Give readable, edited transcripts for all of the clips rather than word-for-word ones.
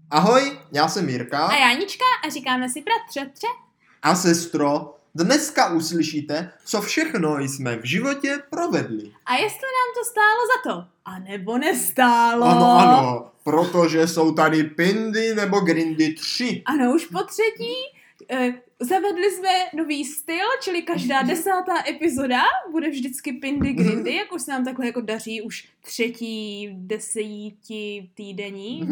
Ahoj, já jsem Jirka. A Jánička a říkáme si bratře. A sestro, dneska uslyšíte, co všechno jsme v životě provedli. A jestli nám to stálo za to, a nebo nestálo. Ano, protože jsou tady Pindy nebo Grindy 3. Ano, už po třetí. Zavedli jsme nový styl, čili každá 10. epizoda bude vždycky Pindy Grindy, jak už se nám takhle jako daří už třetí týdení,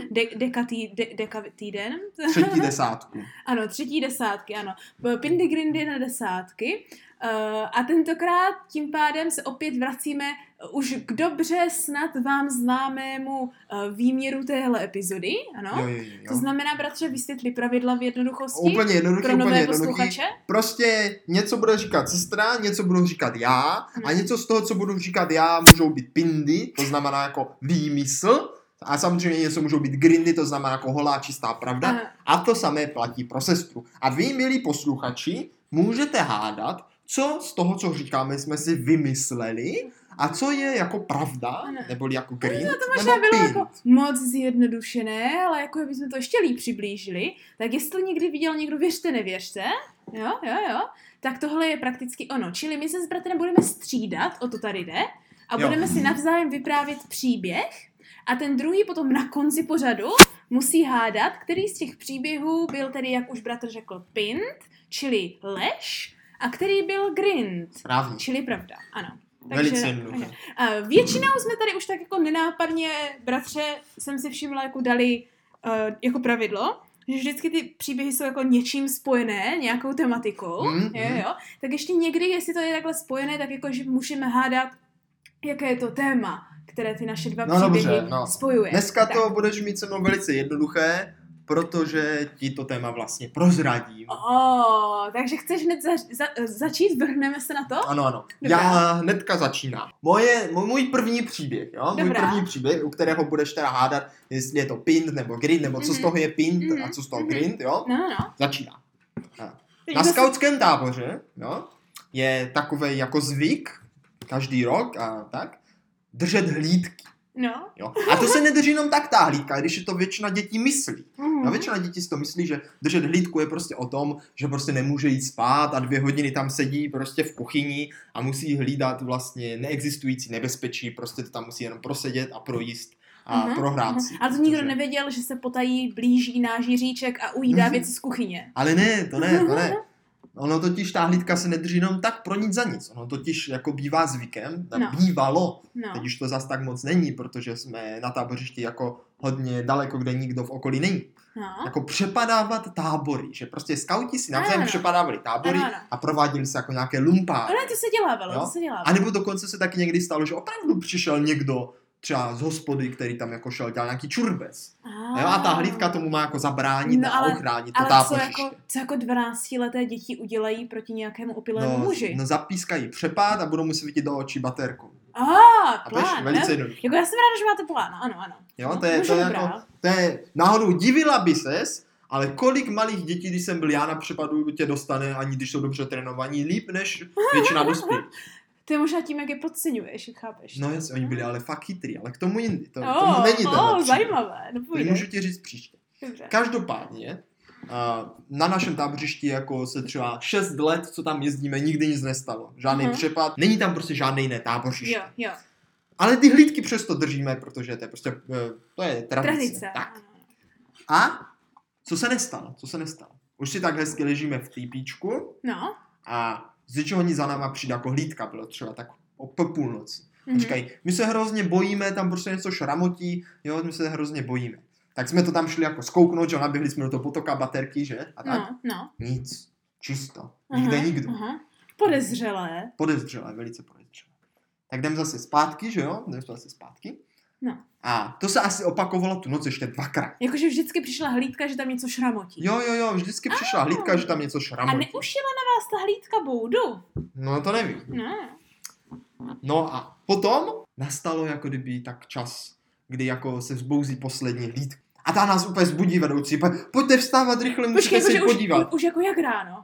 deka týden. Třetí desátku. Ano, třetí desátky, ano. Pindy Grindy na desátky. A tentokrát tím pádem se opět vracíme už k dobře snad vám známému výměru téhle epizody, ano? Jo. To znamená, bratře, vysvětli pravidla v jednoduchosti. Úplně jednoduchý, pro nové úplně posluchače. Prostě něco bude říkat sestra, něco budu říkat já a něco z toho, co budu říkat já, můžou být Pindy, to znamená jako výmysl. A samozřejmě něco můžou být Grindy, to znamená jako holá čistá pravda. Aha. A to samé platí pro sestru. A vy, milí posluchači, můžete hádat, co z toho, co říkáme, jsme si vymysleli a co je jako pravda, neboli jako Grind, to možná nebo bylo Pint. jako moc zjednodušené, ale jako bychom to ještě líp přiblížili. Tak jestli někdy viděl někdo, věřte, nevěřte, jo, tak tohle je prakticky ono. Čili my se s bratrem budeme střídat, o to tady jde, a budeme si navzájem vyprávět příběh a ten druhý potom na konci pořadu musí hádat, který z těch příběhů byl tedy, jak už bratr řekl, Pint, čili lež, a který byl Grind, Správně. čili pravda, ano. Velice jednoduché. Většinou jsme tady už tak jako nenápadně, bratře, jsem si všimla, jako dali jako pravidlo, že vždycky ty příběhy jsou jako něčím spojené, nějakou tematikou, jo. Tak ještě někdy, jestli to je takhle spojené, tak jako, že můžeme hádat, jaké je to téma, které ty naše dva příběhy spojuje. Dneska to budeš mít se mnou velice jednoduché, protože ti to téma vlastně prozradím. Takže chceš hned začít? Vrhneme se na to? Ano. Dobrá. Já hnedka začínám. Můj první příběh, jo? Můj první příběh, u kterého budeš teda hádat, jestli je to Pint nebo Grind, nebo co z toho je Pint a co z toho Grind, jo? No. Začínám. Na skautském táboře, jo, je takovej jako zvyk, každý rok a tak, držet hlídky. No. Jo? A to se nedrží jenom tak ta hlídka, když je to většina dětí myslí. No, většina dětí si to myslí, že držet hlídku je prostě o tom, že prostě nemůže jít spát a 2 hodiny tam sedí prostě v kuchyni a musí hlídat vlastně neexistující nebezpečí, prostě to tam musí jenom prosedět a projíst a prohrát si. Ale to nikdo nevěděl, že se potají blíží náš Jiříček a ujídá věci z kuchyně. Ale ne, to ne. Ono totiž ta hlídka se nedrží jenom tak pro nic za nic. Ono totiž jako bývá zvykem, bývalo, teď už to zas tak moc není, protože jsme na tábořišti jako hodně daleko, kde nikdo v okolí není. Jako přepadávat tábory, že prostě skauti si navzájem přepadávali tábory a prováděli se jako nějaké lumpáry. Ale to se dělávalo. A nebo dokonce se taky někdy stalo, že opravdu přišel někdo třeba z hospody, který tam jako šel dělat nějaký čurbes. A ta hlídka tomu má jako zabránit a ochránit to tábořiště. Ale co jako 12leté děti udělají proti nějakému opilému muži? No zapískají přepad a budou muset vidět do očí baterkou. Plán, velice jednoduché. Jako já jsem ráda, že máte plán, ano. Jo, to je náhodou divila by ses, ale kolik malých dětí, když jsem byl já na přepadu, tě dostane, ani když jsou dobře trénovaní, líp než většina dospělých. To je možná tím, jak je podceňuješ, chápeš? No jasně, oni byli ale fakt chytrý, ale k tomu jindy. To není tenhle zajímavé. Můžu ti říct příště. Dobře. Každopádně, na našem tábořišti jako se třeba 6 let, co tam jezdíme, nikdy nic nestalo. Žádný přepad, není tam prostě žádné jiné tábořiště. Jo. Ale ty hlídky přesto držíme, protože to je prostě, to je tradice. Tak. A co se nestalo? Už si tak hezky ležíme v týpíčku a z ničeho nic za náma přijde jako hlídka, bylo třeba tak po půlnoci. A říkají, my se hrozně bojíme, tam prostě něco šramotí, jo, my se hrozně bojíme. Tak jsme to tam šli jako zkouknout, že naběhli jsme do toho potoka baterky, že? A tak? No. Nic. Čisto. Nikde nikdo. Podezřelé, velice podezřelé. Tak jdem zase zpátky, že jo? No. A to se asi opakovalo tu noc ještě 2krát. Jakože vždycky přišla hlídka, že tam něco šramotí. Jo, vždycky přišla hlídka, že tam něco šramotí. A neušila na vás ta hlídka boudu? No to nevím. No a potom nastalo jako kdyby tak čas, kdy jako se vzbouzí poslední hlídka. A ta nás úplně zbudí vedoucí. Pojďte vstávat rychle, musíte se podívat. Už jako jak ráno?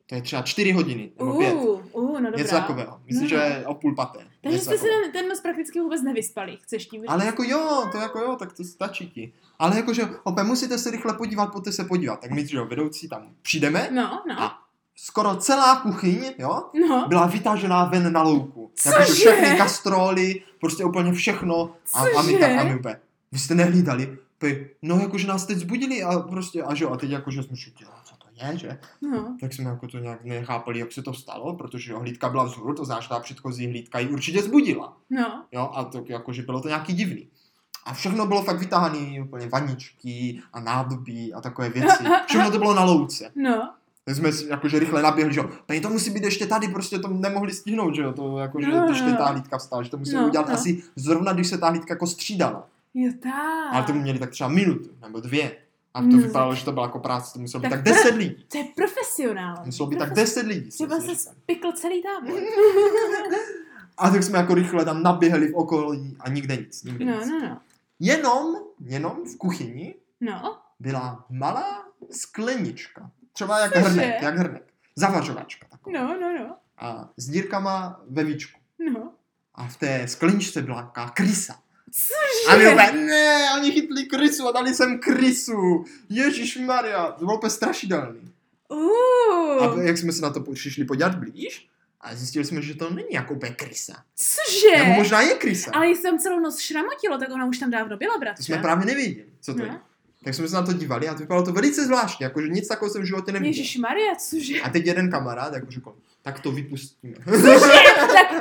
To je třeba 4 hodiny, nebo 5. No dobrá. Něco takového. Myslím, že je o 5:30. Takže jste se ten noc prakticky vůbec nevyspali, chceš tím říct? Ale jako jo, tak to stačí ti. Ale jakože opět musíte se rychle podívat, pojďte se podívat. Tak my, že vedoucí tam přijdeme a skoro celá kuchyň, byla vytažená ven na louku. Jakože všechny kastroly, prostě úplně všechno. A my úplně, vy jste nehlídali? No jakože nás teď zbudili a prostě, a teď jakože jsme šutili, co to je, že? No. Tak jsme jako to nějak nechápali, jak se to stalo, protože hlídka byla vzhůru, to znamená, že ta předchozí hlídka ji určitě zbudila. No. Jo, a to jakože bylo to nějaký divný. A všechno bylo fakt vytáhané, úplně vaničky a nádobí a takové věci. Všechno to bylo na louce. No. Tak jsme jakože rychle naběhli, že jo. Tady to musí být ještě tady, prostě to nemohli stihnout, že jo. To jakože, když ta hlídka vstala, že to museli udělat asi zrovna, když se ta hlídka jako střídala. Jo, tak. Ale to měli tak třeba minutu, nebo 2. A to vypadalo, že to byla jako práce, to muselo být tak 10 lidí. To je profesionál. Muselo být tak 10 lidí. Třeba se spikl celý tábor. A tak jsme jako rychle tam naběhli v okolí a nikde nic. No. Jenom v kuchyni byla malá sklenička. Třeba jak hrnek. Zavařovačka taková. No. A s dírkama ve víčku. No. A v té skleničce byla taková krysa. Cože? A my opět, ne, oni chytli krysu a dali sem krysu. Ježišmarja, to bylo úplně strašidelný. A jak jsme se na to přišli podívat blíž, a zjistili jsme, že to není jako úplně krysa. Cože? Nebo možná je krysa. Ale jestli tam celou noc šramotilo, tak ona už tam dávno byla, bratře. To jsme právě nevěděli, co to je. Tak jsme se na to dívali a to vypadalo to velice zvláštně, jakože nic takového jsem v životě neviděl. Ježišmarja, cože? A teď jeden kamarád jako řekl, tak to vypustíme. Cože? Tak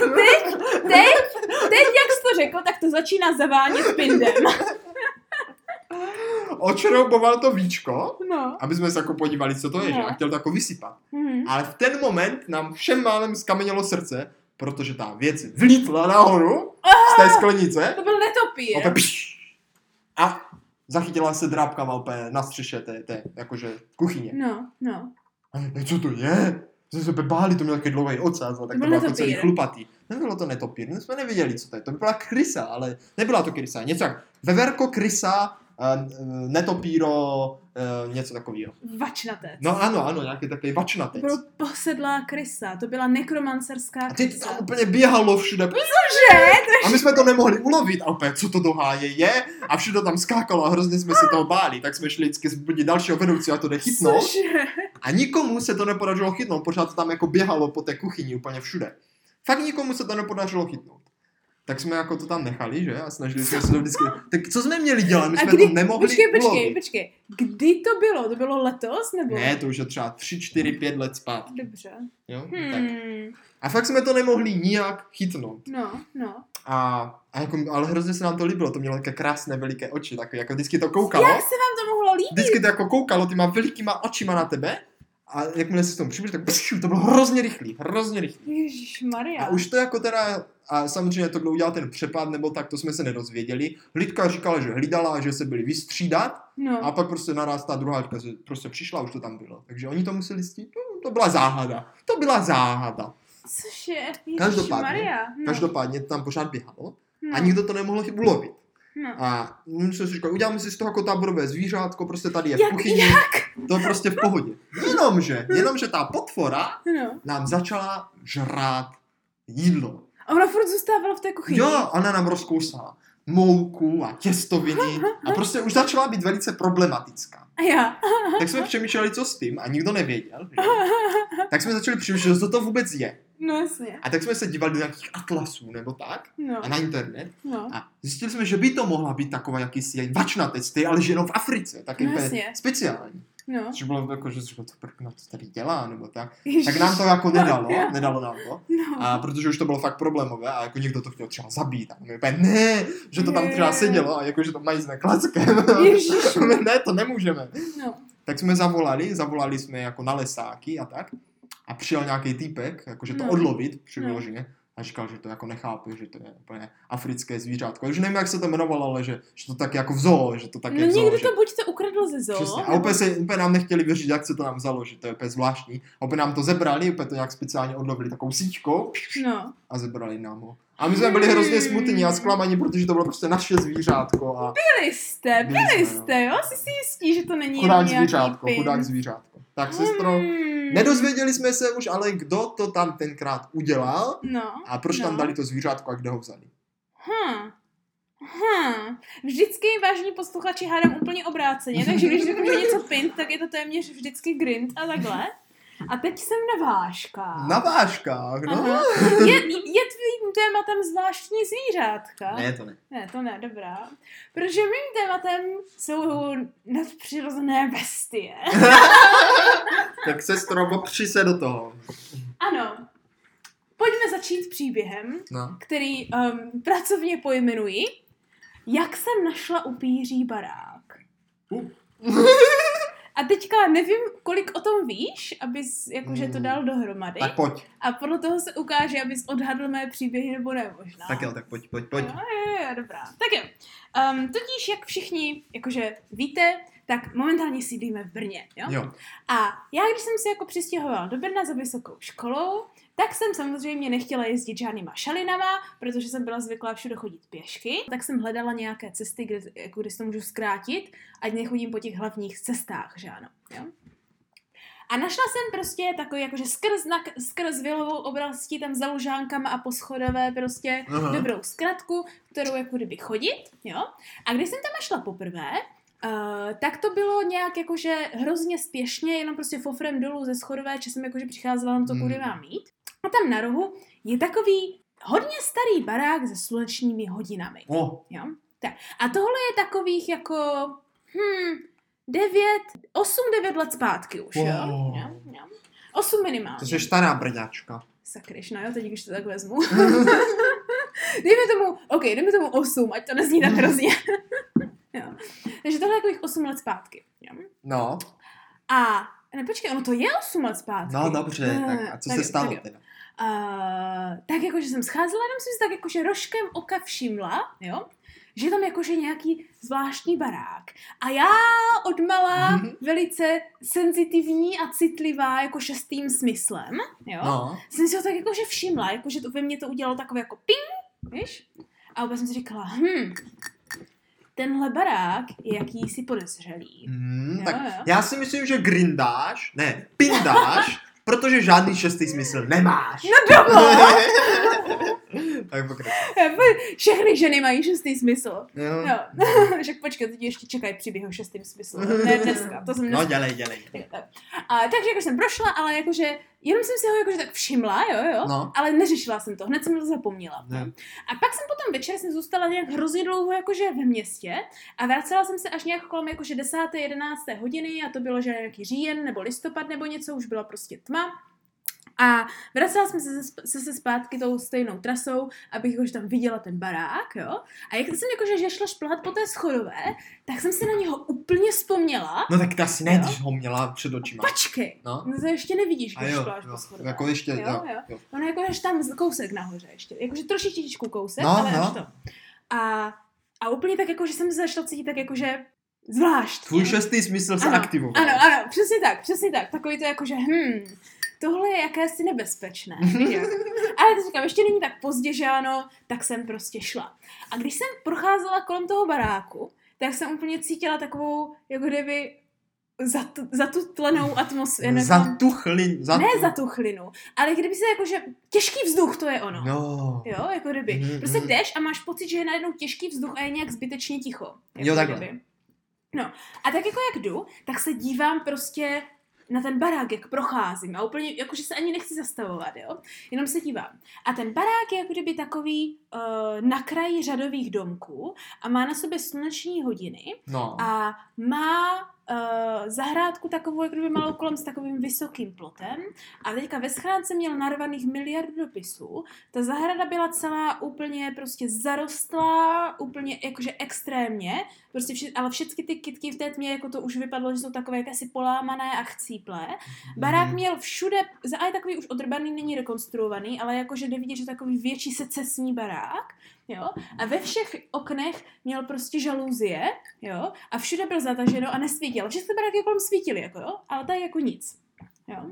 teď, jak jsi to řekl, tak to začíná zavánět pindem. Odšrouboval to víčko, aby jsme se jako podívali, co to je, že? A chtěl to jako vysypat. Ale v ten moment nám všem málem skamenělo srdce, protože ta věc vlítla nahoru z té sklenice. To byl netopír. A zachytila se drápkama úplně na střeše té jakože kuchyně. No. A co to je? Jsme se báli, to měl takový dlouhý ocas, tak to bylo jako celý chlupatý. Nebylo to netopír, my jsme nevěděli, co to je. To byla krysa, ale nebyla to krysa. Něco jak veverko, krysa, netopíro, něco takového. Vačnatec. No ano, nějaký takový vačnatec. To byla posedlá krysa, to byla nekromancerská krysa. A teď tam úplně běhalo všude. Cože? A my jsme to nemohli ulovit a opět, co to do háje je? A všude tam skákalo a hrozně jsme se toho báli. Tak jsme šli vždycky zbudit dalšího vedoucího a to jde chytnout. Cože? A nikomu se to nepodařilo chytnout, pořád to tam jako běhalo po té kuchyni úplně všude. Fakt nikomu se to nepodařilo chytnout. Tak jsme jako to tam nechali, že? A snažili jsme se to vždycky... Tak co jsme měli dělat? My jsme to nemohli ulovit. Počkej. Kdy to bylo? To bylo letos, nebo? Ne, to už je třeba 3, 4, 5 let zpátky. Dobře. Jo? Tak. A fakt jsme to nemohli nijak chytnout. No. A jako, ale hrozně se nám to líbilo, to mělo také krásné veliké oči, tak jako vždycky to koukalo. Jak se vám to mohlo líbit? Vždycky to jako koukalo těma velikýma očima na tebe. A jakmile si s tomu přibližil, tak to bylo hrozně rychlý. Ježišmarja. A už to jako teda, a samozřejmě to, kdo udělal ten přepad, nebo tak, to jsme se nedozvěděli. Hlídka říkala, že hlídala, že se byli vystřídat, a pak prostě naraz ta druhá hlídka prostě přišla a už to tam bylo. Takže oni to museli stít, to byla záhada. Cože? Každopádně to tam pořád běhalo a nikdo to nemohl ulovit. A my jsme si říkali, uděláme si z toho jako táborové zvířátko, prostě tady je v kuchyni, to je prostě v pohodě. Jenomže ta potvora nám začala žrát jídlo. A ona furt zůstávala v té kuchyni? Jo, ona nám rozkousala mouku a těstoviny a prostě už začala být velice problematická. Tak jsme přemýšleli, co s tím a nikdo nevěděl. Že? Tak jsme začali přemýšlet, co to vůbec je. No jasně. A tak jsme se dívali do nějakých atlasů nebo tak a na internet a zjistili jsme, že by to mohla být taková jakýsi vačnatec, ale že jenom v Africe, tak speciální. No. Což bylo jako, že to tady dělá, nebo tak. Tak nám to jako nedalo nám to. A protože už to bylo fakt problémové a jako někdo to chtěl třeba zabít. A my úplně, ne, že to tam třeba sedělo a jako, že to mají s klackem. Ne, to nemůžeme. No. Tak jsme zavolali jsme jako na lesáky a tak. A přijel nějaký týpek, jakože to odlovit přiloženě. A říkal, že to jako nechápe, že to je úplně africké zvířátko. Už nevím, jak se to jmenovalo, ale že to tak jako v zoo, že to tak je v zoo. Někdo to buď to ukradl ze zoo. Přesně. A úplně nám nechtěli věřit, jak se to nám vzalo, že to je úplně zvláštní. A úplně nám to zebrali, úplně to nějak speciálně odlovili takovou síťkou a zebrali nám ho. A my jsme byli hrozně smutní a zklamaní, protože to bylo prostě naše zvířátko. A byli jste, jo? Jsi si jistí, že to není chudák zvířátko. Tak sestro, nedozvěděli jsme se už, ale kdo to tam tenkrát udělal a proč tam dali to zvířátko a kde ho vzali. Vždycky vážní posluchači hádám úplně obráceně, takže když řeknu, že něco pint, tak je to téměř vždycky grind a takhle. A teď jsem na vážkách. Na vážkách, no. Je tvým tématem zvláštní zvířátka? Ne, to ne. Ne, to ne, dobrá. Protože mým tématem jsou nadpřirozené bestie. Tak sestro, popři se do toho. Ano. Pojďme začít příběhem, který pracovně pojmenuji Jak jsem našla upíří barák. A teďka nevím, kolik o tom víš, abys jakože to dal dohromady. Tak pojď. A podle toho se ukáže, abys odhadl mé příběhy, nebo ne možná. Tak jo, tak pojď. Jo, dobrá. Tak jo. Totiž, jak všichni jakože víte, tak momentálně sídlíme v Brně, jo? A já, když jsem se jako přistěhovala do Brna za vysokou školou, tak jsem samozřejmě nechtěla jezdit žádnýma šalinama, protože jsem byla zvyklá všude chodit pěšky, tak jsem hledala nějaké cesty, kde si to můžu zkrátit, ať nechodím po těch hlavních cestách, že ano, jo? A našla jsem prostě takový jakože skrz Vilovou oblastí tam za Lužánkama a po Schodové prostě dobrou zkratku, kterou jako kdyby chodit, jo? A když jsem tam šla poprvé, tak to bylo nějak jakože hrozně spěšně, jenom prostě fofrem dolů ze Schodové, že jsem jakože přicházela na to, kudy mám jít. A tam na rohu je takový hodně starý barák se slunečními hodinami. Jo? Tak. A tohle je takových jako 8-9 let zpátky už, jo? 8 minimálně. To je stará brňačka. Sakryš, no jo, teď když to tak vezmu. dejme tomu 8, ať to nezní tak hrozně. Jo. Takže tohle je takových 8 let zpátky. Jo? No. A počkej, ono to je 8 let zpátky. No dobře, tak a co se stalo teda? Tak jakože jsem scházela, jenom jsem si tak jakože rožkem oka všimla, jo, že tam jakože nějaký zvláštní barák. A já odmala velice senzitivní a citlivá jako 6. smyslem, jo, jsem si ho tak jakože všimla, jakože to ve mně to udělalo takové jako ping, víš? A vůbec jsem si říkala, tenhle barák je jakýsi podezřelý. Tak já si myslím, že pindáš, protože žádný 6. smysl nemáš. No dobro! Tak pokračuj. Všechny ženy mají 6. smysl. Jo. Však počkej, teď ještě čekají příběh o 6. smyslu. Ne dneska, to jsem dneska. No dělej. Takže jako jsem prošla, ale jakože jenom jsem si ho jakože tak všimla, jo, ale neřešila jsem to, hned jsem to zapomněla. A pak jsem potom večer zůstala nějak hrozně dlouho jakože ve městě a vracela jsem se až nějak kolem jakože 10. 11. hodiny a to bylo, že nějaký říjen nebo listopad nebo něco, už byla prostě tma. A vracela jsem se zpátky tou stejnou trasou, abych jakože tam viděla ten barák, jo. A jak jsem jakože šla šplhat po té Schodové, tak jsem si na něho úplně vzpomněla. No tak ta si ne, když ho měla před očima. Počkej, no to ještě nevidíš, když špláš po Schodové. Jako ještě, jo. Ono jakože tam kousek nahoře ještě, jakože trošičičku kousek, ale až to. A úplně tak jakože jsem se začala cítit tak jakože zvlášť. Tvůj 6. smysl se aktivoval. Ano, přesně tak, takový to jakože tohle je jakési nebezpečné. Ale to říkám, ještě není tak pozdě, že ano, tak jsem prostě šla. A když jsem procházela kolem toho baráku, tak jsem úplně cítila takovou, jako kdyby zatutlenou atmosféru. Ne zatuchlinu, ale kdyby se jakože těžký vzduch, to je ono. No. Jo, jako kdyby. Prostě jdeš a máš pocit, že je najednou těžký vzduch a je nějak zbytečně ticho. Jo, takhle. No, a tak jako jak jdu, tak se dívám prostě na ten barák, jak procházím a úplně, jakože se ani nechci zastavovat, jo, jenom se dívám. A ten barák je jako kdyby takový na kraji řadových domků a má na sobě sluneční hodiny a má zahrádku takovou, jak kdyby malou kolem s takovým vysokým plotem a teďka ve schránce měl narvaných 1 miliardu dopisů. Ta zahrada byla celá úplně prostě zarostlá, úplně jakože extrémně, prostě ale všechny ty kytky v té tmě, jako to už vypadlo, že jsou takové jakési polámané a chcíplé. Barák měl všude, a je takový už odrbaný, není rekonstruovaný, ale jakože jde vidět, že takový větší secesní barák, jo, a ve všech oknech měl prostě žaluzie, jo, a všude byl zataženo a nesvítil. Všechny baráky kolem svítily, jako jo, ale tady jako nic, jo.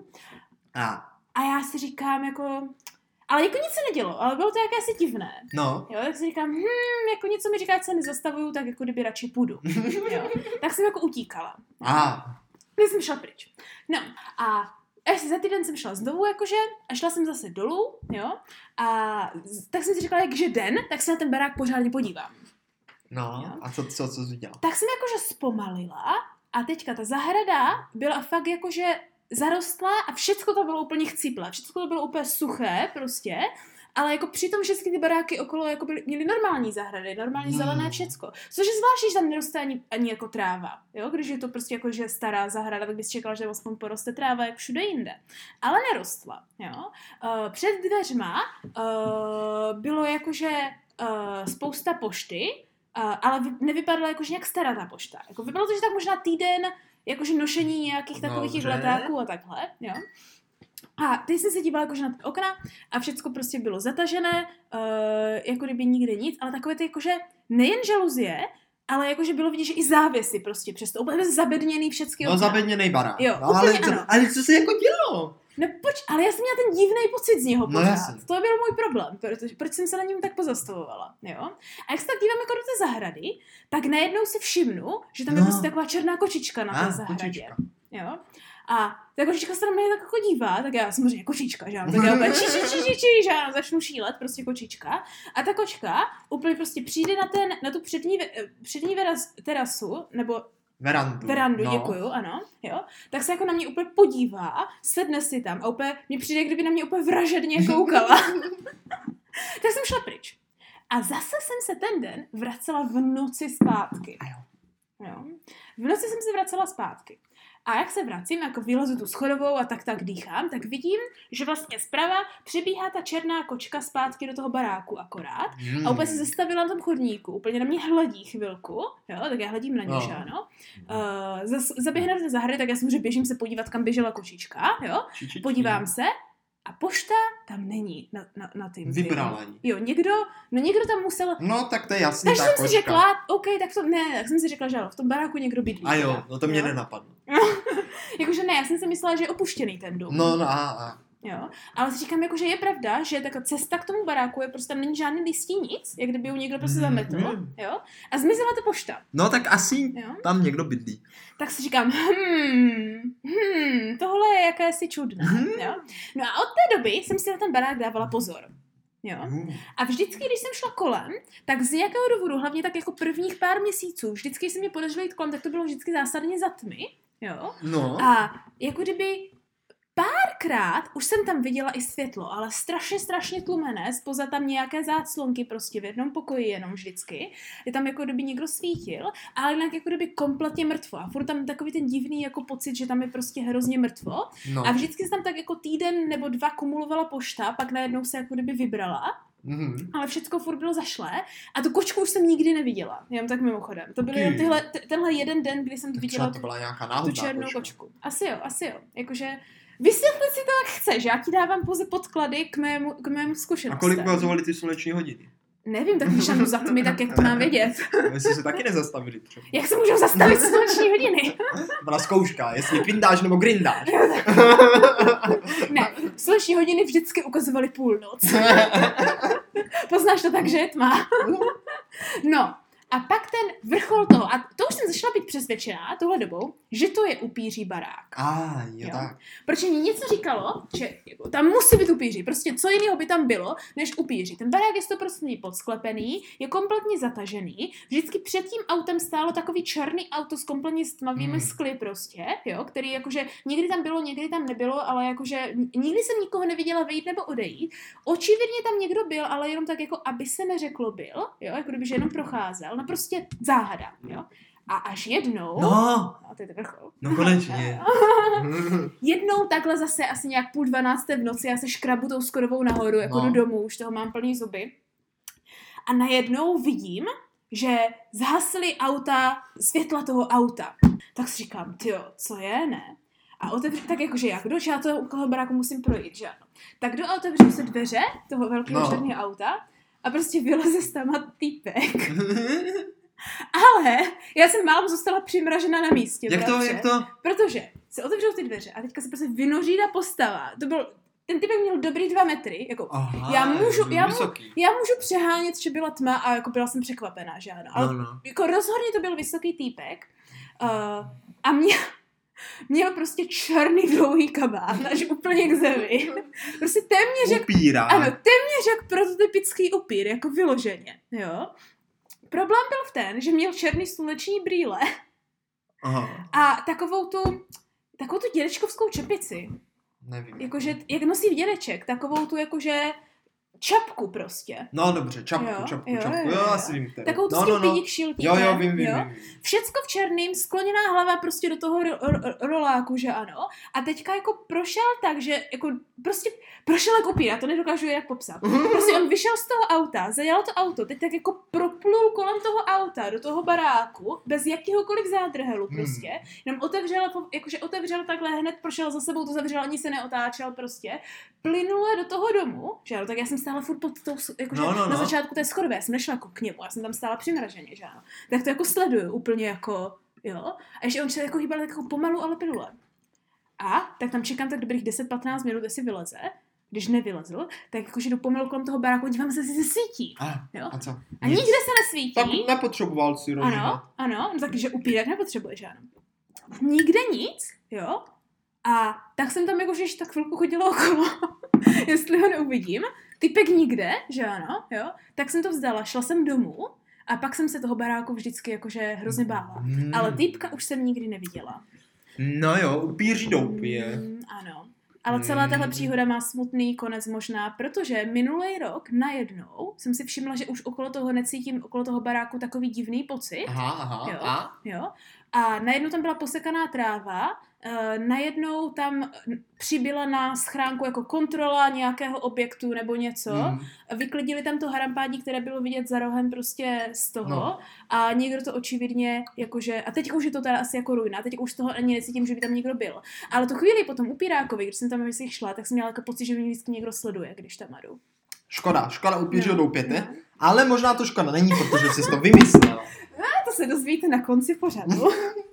A já si říkám, jako, ale jako nic se nedělo, ale bylo to jakési divné. No. Jo, tak si říkám, jako něco mi říká, že se nezastavuju, tak jako kdyby radši půjdu, jo. Tak jsem jako utíkala. Tak jsem šla pryč. No a až za týden jsem šla znovu jakože a šla jsem zase dolů, jo. A tak jsem si říkala, jakže den, tak se na ten barák pořádně podívám. No, jo? A co jsi dělala? Tak jsem jakože zpomalila a teďka ta zahrada byla fakt jakože zarostlá a všechno to bylo úplně chcíplé, všechno to bylo úplně suché prostě, ale jako přitom všechny ty baráky okolo jako měly normální zahrady, normální zelené všecko. Což je zvláštní, že tam neroste ani jako tráva, jo? Když je to prostě jako, že stará zahrada, tak bys čekala, že aspoň poroste tráva jak všude jinde. Ale nerostla, jo? Před dveřma bylo jakože spousta pošty, ale nevypadala jakože nějak stará ta pošta. Jako vypadalo to, že tak možná týden jakože nošení nějakých takových těch letáků a takhle, jo. A teď jsem se dívala jakože na ty okna a všecko prostě bylo zatažené, jako kdyby nikde nic, ale takové ty jakože nejen žaluzie, ale jakože bylo vidět, že i závěsy prostě přesto, úplně zabedněný všechny okna. No zabedněný barák. Jo, no, ale co se jako dělo? No ale já jsem měla ten divný pocit z něho pořád. Jasný. To byl můj problém, proč jsem se na něm tak pozastavovala, jo. A jak se tak dívám jako do té zahrady, tak najednou si všimnu, že tam je prostě taková černá kočička na té zahradě. Kočička. Jo. A ta kočička se na mě tak jako dívá, tak já samozřejmě kočička, že ano, tak já úplně že ano, začnu šílet, prostě kočička. A ta kočka úplně prostě přijde na tu přední terasu, nebo Verandu, no. Děkuju, ano, jo. Tak se jako na mě úplně podívá, sedne si tam a úplně mě přijde, kdyby na mě úplně vražedně koukala. Tak jsem šla pryč. A zase jsem se ten den vracela v noci zpátky. Jo. V noci jsem se vracela zpátky. A jak se vracím, jako vylezu tu schodovou a tak dýchám, tak vidím, že vlastně zprava přibíhá ta černá kočka zpátky do toho baráku akorát a úplně se zastavila na tom chodníku, úplně na mě hledí chvilku, jo, tak já hledím na ní, že ano. Zaběhne do té zahrady, tak já samozřejmě běžím se podívat, kam běžela kočička, jo, podívám se a pošta tam není na tým. Vybrala. Jo, někdo tam musel... No, tak to je jasný, takže jsem si řekla, OK, tak jsem si řekla, že v tom baráku někdo bydlí. A jo, no to mě nenapadlo. Jakože ne, já jsem si myslela, že je opuštěný ten dům. No, Jo, ale si říkám, jako, že je pravda, že ta cesta k tomu baráku je prostě tam není žádný listí nic, jak kdyby ju někdo prostě zametl, jo, a zmizela ta pošta. No tak asi tam někdo bydlí. Tak si říkám, tohle je jakési čudné, jo. No a od té doby jsem si na ten barák dávala pozor. Jo. A vždycky, když jsem šla kolem, tak z nějakého důvodu, hlavně tak jako prvních pár měsíců, vždycky, když se mě podařilo jít kolem, tak to bylo vždycky zásadně za tmy, jo. No. A jako kdyby párkrát už jsem tam viděla i světlo, ale strašně tlumené, spoza tam nějaké záclonky prostě v jednom pokoji jenom vždycky. Je tam jako kdyby někdo svítil, ale jinak jako kdyby kompletně mrtvo. A furt tam takový ten divný jako pocit, že tam je prostě hrozně mrtvo. No. A vždycky se tam tak jako týden nebo dva kumulovala pošta, pak najednou se jako kdyby vybrala. Ale všecko furt bylo zašlé a tu kočku už jsem nikdy neviděla, jenom tak mimochodem. To byl jenom tenhle jeden den, kdy jsem viděla tu černou kočku. Asi jo. Jakože vysvětli si to, jak chceš. Já ti dávám pouze podklady k mému zkušenostem. A kolik ukazovaly ty sluneční hodiny? Nevím, tak když šanu za tmy, tak jak to mám vědět? Jestli se taky nezastavili třeba. Jak se můžou zastavit sluneční hodiny? Byla zkouška, jestli kvindáš nebo grindáš. Ne, sluneční hodiny vždycky ukazovaly půlnoc. Poznáš to tak, že je tma. No. A pak ten vrchol toho, a to už jsem začala být přesvědčená touhle dobou, že to je upíří barák. Jo. Tak. Protože mi něco říkalo, že jako, tam musí být upíří. Prostě co jiného by tam bylo, než upíří. Ten barák je 100% podsklepený, je kompletně zatažený. Vždycky před tím autem stálo takový černý auto s kompletně tmavými skly prostě, jo, který jakože někdy tam bylo, někdy tam nebylo, ale jakože nikdy jsem nikoho neviděla vejít nebo odejít. Očividně tam někdo byl, ale jenom tak jako, aby se neřeklo byl, jo, jako kdyby že jenom procházel. No prostě záhada, jo. A až jednou... No to je to vrchol. No konečně. Jednou takhle zase asi nějak 11:30 v noci, já se škrabu tou Skodovou nahoru, jako do domu, už toho mám plný zuby. A najednou vidím, že zhasly světla toho auta. Tak si říkám, tyjo, co je, ne? A tak jakože já toho okolo baráku musím projít, že ano. Tak otevřu se dveře toho velkého černého auta a prostě vyleze z tam týpek. Ale já jsem málem zůstala přimražena na místě. Jak to? Protože se otevřou ty dveře a teďka se prostě vynoří ta postava. Ten typek měl dobrý 2 metry. Jako, já můžu přehánět, že byla tma a jako byla jsem překvapená, že ano. Ale jako rozhodně to byl vysoký týpek. A měl prostě černý dlouhý kabát, až úplně k zemi. Prostě téměř jak prototypický upír, jako vyloženě, jo. Problém byl v ten, že měl černý sluneční brýle. Aha. A takovou tu dědečkovskou čepici. Nevím. Jakože, jak nosí dědeček, takovou tu jakože čapku prostě. No dobře, čapku. Jo, asi vím. Takovou tu s tím pídík šiltíkem. Jo, vím. Všecko v černým, skloněná hlava prostě do toho roláku, že ano. A teďka jako prošel tak, že jako prostě prošel jako upír, já to nedokážu jak popsat. Prostě on vyšel z toho auta, zajal to auto, teď tak jako proplul kolem toho auta do toho baráku, bez jakýhokoliv zádrhelu prostě. Jenom otevřel takhle, hned prošel za sebou, to zavřel, ani se neotáčel prostě. Plynule do toho domu, že ano, tak já jsem stála furt pod tou, jakože na začátku té schodové, já jsem nešla jako k němu, já jsem tam stála přimraženě, že ano. Tak to jako sleduju úplně jako, jo. A ještě on se jako hýbal tak jako pomalu, ale plynule. A tak tam čekám tak dobrých 10-15 minut, jestli vyleze. Když nevylezl, tak jakože jdu pomalu kolem toho baráku, dívám se, jestli se svítí. Jo? A co? A nikde se nesvítí. Tak nepotřeboval si rozhodnout. Ano, no takže upírek nepotřebuje, že ano. Nikde nic, jo. A tak jsem tam jakože tak chvilku chodila okolo, jestli ho neuvidím. Typek nikde, že ano, jo. Tak jsem to vzdala, šla jsem domů a pak jsem se toho baráku vždycky jakože hrozně bála. Ale typka už jsem nikdy neviděla. No jo, upíří doupě. Ano. Ale celá tahle příhoda má smutný konec možná, protože minulý rok najednou jsem si všimla, že už okolo toho necítím, okolo toho baráku takový divný pocit. Jo. A najednou tam byla posekaná tráva, najednou tam přibyla na schránku jako kontrola nějakého objektu nebo něco. Vyklidili tam to harampádí, které bylo vidět za rohem prostě z toho a někdo to očividně jakože, a teď už je to teda asi jako ruina, teď už toho ani necítím, že by tam někdo byl. Ale tu chvíli potom u Pirákovi, když jsem tam vždycky šla, tak jsem měla jako pocit, že mě vždycky někdo sleduje, když tam jdu. Škoda upířího doupěte, ale možná to škoda není, protože jsi to vymyslela. To se dozvíte na konci pořadu.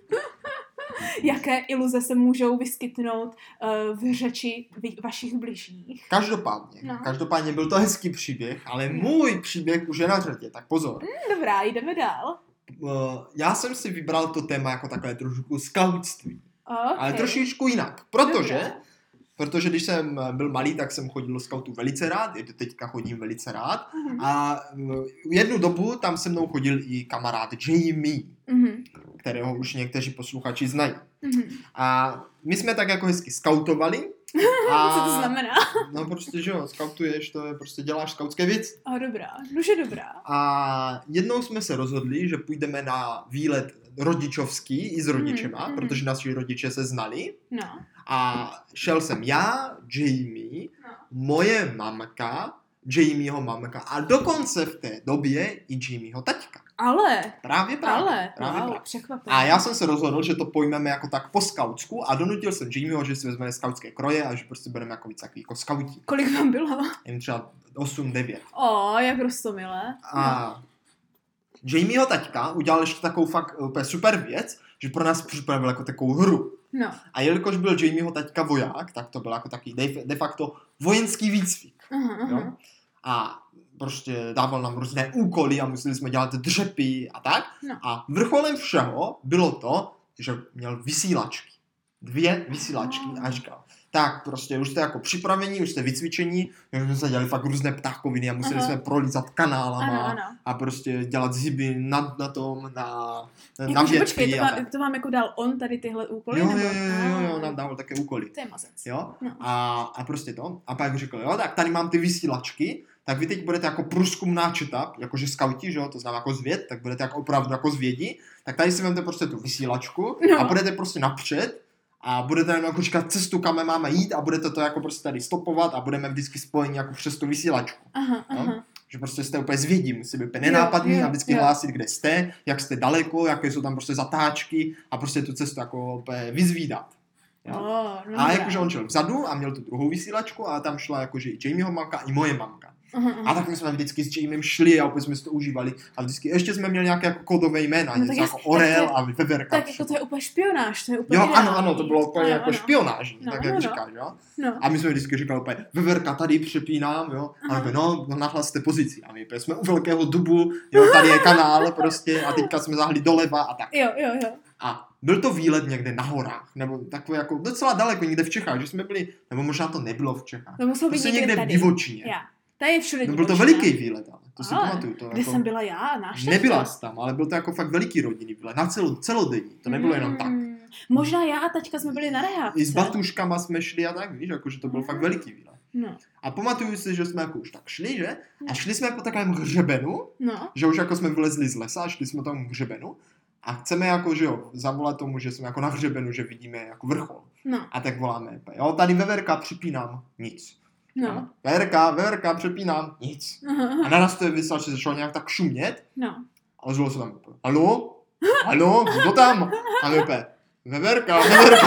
Jaké iluze se můžou vyskytnout v řeči vašich bližních. Každopádně byl to hezký příběh, ale můj příběh už je na řadě, tak pozor. Dobrá, jdeme dál. Já jsem si vybral to téma jako takové trošku skautství. Okay. Ale trošičku jinak, protože když jsem byl malý, tak jsem chodil do skautů velice rád, i teďka chodím velice rád. A jednu dobu tam se mnou chodil i kamarád Jamie, kterého už někteří posluchači znají. A my jsme tak jako hezky skautovali. Co to znamená? No prostě, že jo, skautuješ, to je prostě děláš skautské věci. Dobrá, už je dobrá. A jednou jsme se rozhodli, že půjdeme na výlet rodičovský i s rodičema, protože naši rodiče se znali. No. A šel jsem já, Jamie, moje mamka, Jamieho mamka a dokonce v té době i Jamieho taťka. Ale. Právě. Překvapení. A já jsem se rozhodl, že to pojmeme jako tak po skautsku a donutil jsem Jamieho, že si vezmeme skautské kroje a že prostě budeme jako víc takový jako skautí. Kolik vám bylo? Jen třeba 8-9. Jak roztomilé. A Jamieho taťka udělal ještě takovou fakt super věc, že pro nás připravil jako takovou hru. No. A jelikož byl Jamieho taťka voják, tak to byl jako takový de facto vojenský výcvik. Jo? A prostě dával nám různé úkoly a museli jsme dělat dřepy a tak. No. A vrcholem všeho bylo to, že měl vysílačky. 2 vysílačky a říkal, tak prostě už jste jako připravení, už jste vycvičení, že jsme se dělali fakt různé ptákoviny a museli jsme prolízat kanálama a prostě dělat zhyby na větví. Počkej, to vám jako dal on tady tyhle úkoly? Jo, nám dával také úkoly. To je mazec. Jo? No. A prostě to. A pak řekl, jo, tak tady mám ty vysílačky, tak vy teď budete jako průzkumná četa, jakože skauti, že jo, to znamená jako zvěd, tak budete jako opravdu jako zvědi, tak tady si vemte prostě tu vysílačku a budete prostě napřed a budete nám jako říkat cestu, kam máme jít a budete to jako prostě tady stopovat a budeme vždycky spojeni jako přes tu vysílačku. Aha. Že prostě jste úplně zvědí, musí být úplně nenápadný a vždycky hlásit, kde jste, jak jste daleko, jaké jsou tam prostě zatáčky a prostě tu cestu jako vyzvídat. A jakože on šel vzadu a měl tu druhou vysílačku a tam šla jakože i Jamieho mamka, i moje mamka. A tak my jsme vždycky s Jamiem šli a opět jsme si to užívali. A vždycky ještě jsme měli nějaké jako kódové jména, něco jako Orel a Veverka. Tak jako to je úplně špionáž, to je úplně ano, to bylo úplně jako špionážní, tak jak říkáš, jo. A my jsme vždycky říkali úplně, Veverka, tady přepínám, jo. A my nahlaste pozici. A my jsme u velkého dubu, jo, tady je kanál prostě a teďka jsme zahli doleva a tak. Jo. A byl to výlet někde na horách, nebo takové jako docela daleko, někde v Čechách, že jsme byli, nebo možná to nebylo v Čechách. To muselo být někde v divočině. Tady je všude divočina. Byl to veliký výlet, ale to si pamatuju. To kde jako... jsem byla já, náš nebyla jsi tam, ale byl to jako fakt veliký rodinný výlet, na celodenní, to nebylo jenom tak. Možná já a taťka jsme byli na rehávce. I s batuškama jsme šli a tak, víš, jako, že to byl fakt veliký výlet. No. A pamatuju si, že jsme jako už tak šli, že? A šli jsme po takovém hřebenu, že už jako jsme vylezli z lesa a šli jsme tam k hřebenu. A chceme jako, že jo, zavolat tomu, že jsme jako na hřebenu, že vidíme jako vrchol. No. A tak voláme, jo, tady Veverka, připínám, nic. No. Veverka, přepínám, nic. A naraz to je vyslat, že začalo nějak tak šumět. No. A ozvalo se tam, Haló, kdo tam? A my opět, Veverka.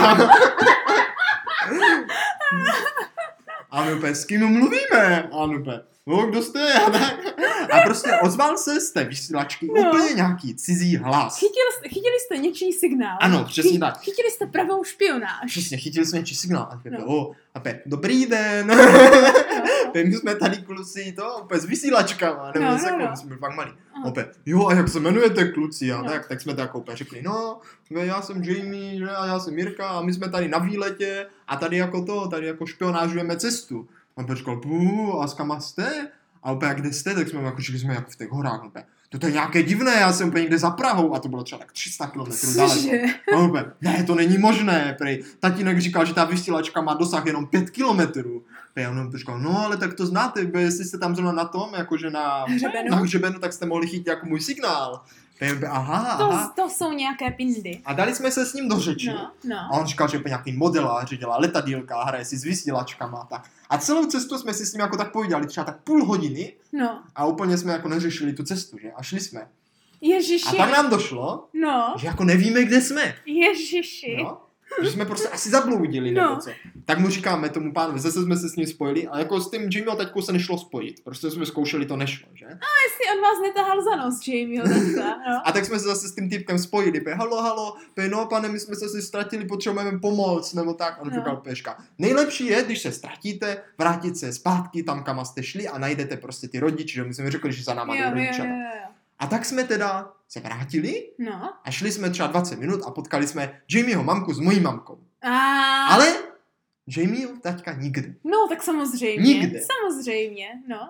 A my opět, s kým mluvíme? A my opět, kdo jste? A prostě ozval se z té vysílačky úplně nějaký cizí hlas. Chytili jste něčí signál. Ano, přesně tak. Chytili jste pravou špionáž. Přesně, chytili jsme něčí signál. A dobrý den. My jsme tady kluci, opět s vysílačkama. Nevím, my jsme byli fakt malí. Opět, a jak se jmenujete kluci? A tak jsme to jako opět řekli, já jsem Jamie, a já jsem Mirka a my jsme tady na výletě a tady jako špionážujeme cestu. A opět říkal, a s kama jste? A opět, kde jste? Tak jsme jako řekli, jsme jako v těch horách. Opět, to je nějaké divné, já jsem úplně někde za Prahou a to bylo třeba tak 300 km daleko. A opět, ne, to není možné, prej. Tatínek říkal, že ta vysílačka má dosah jenom 5 kilometrů. A on říkal, ale tak to znáte, jestli jste tam zrovna na tom, jakože na hřebenu, tak jste mohli chytit jako můj signál. Aha. To jsou nějaké pindy. A dali jsme se s ním do řeči. A on říkal, že je nějaký modelář, že dělá letadýlka, hraje si s vysílačkama. Tak. A celou cestu jsme si s ním jako tak povídali, třeba tak půl hodiny. A úplně jsme jako neřešili tu cestu, že? A šli jsme. Ježiši. A pak nám došlo, že jako nevíme, kde jsme. Ježiši. Že jsme prostě asi zabloudili, nebo co. Tak mu říkáme tomu pánovi, zase jsme se s ním spojili, a jako s tím Jamieho taťkou se nešlo spojit. Prostě jsme zkoušeli, to nešlo, že? A jestli on vás netahal za nos, Jamieho taťka, A tak jsme se zase s tím typkem spojili, halo, pane, my jsme se si ztratili, potřebujeme pomoc, nebo tak. A on říkal, peška, nejlepší je, když se ztratíte, vrátit se zpátky tam, kam jste šli a najdete prostě ty rodiče, že my jsme řekli, že za náma jdou rodiče. A tak jsme teda se vrátili a šli jsme třeba 20 minut a potkali jsme Jamieho mamku s mojí mamkou. Ale Jamieho taťka nikdy. No, tak samozřejmě. Nikde. Samozřejmě,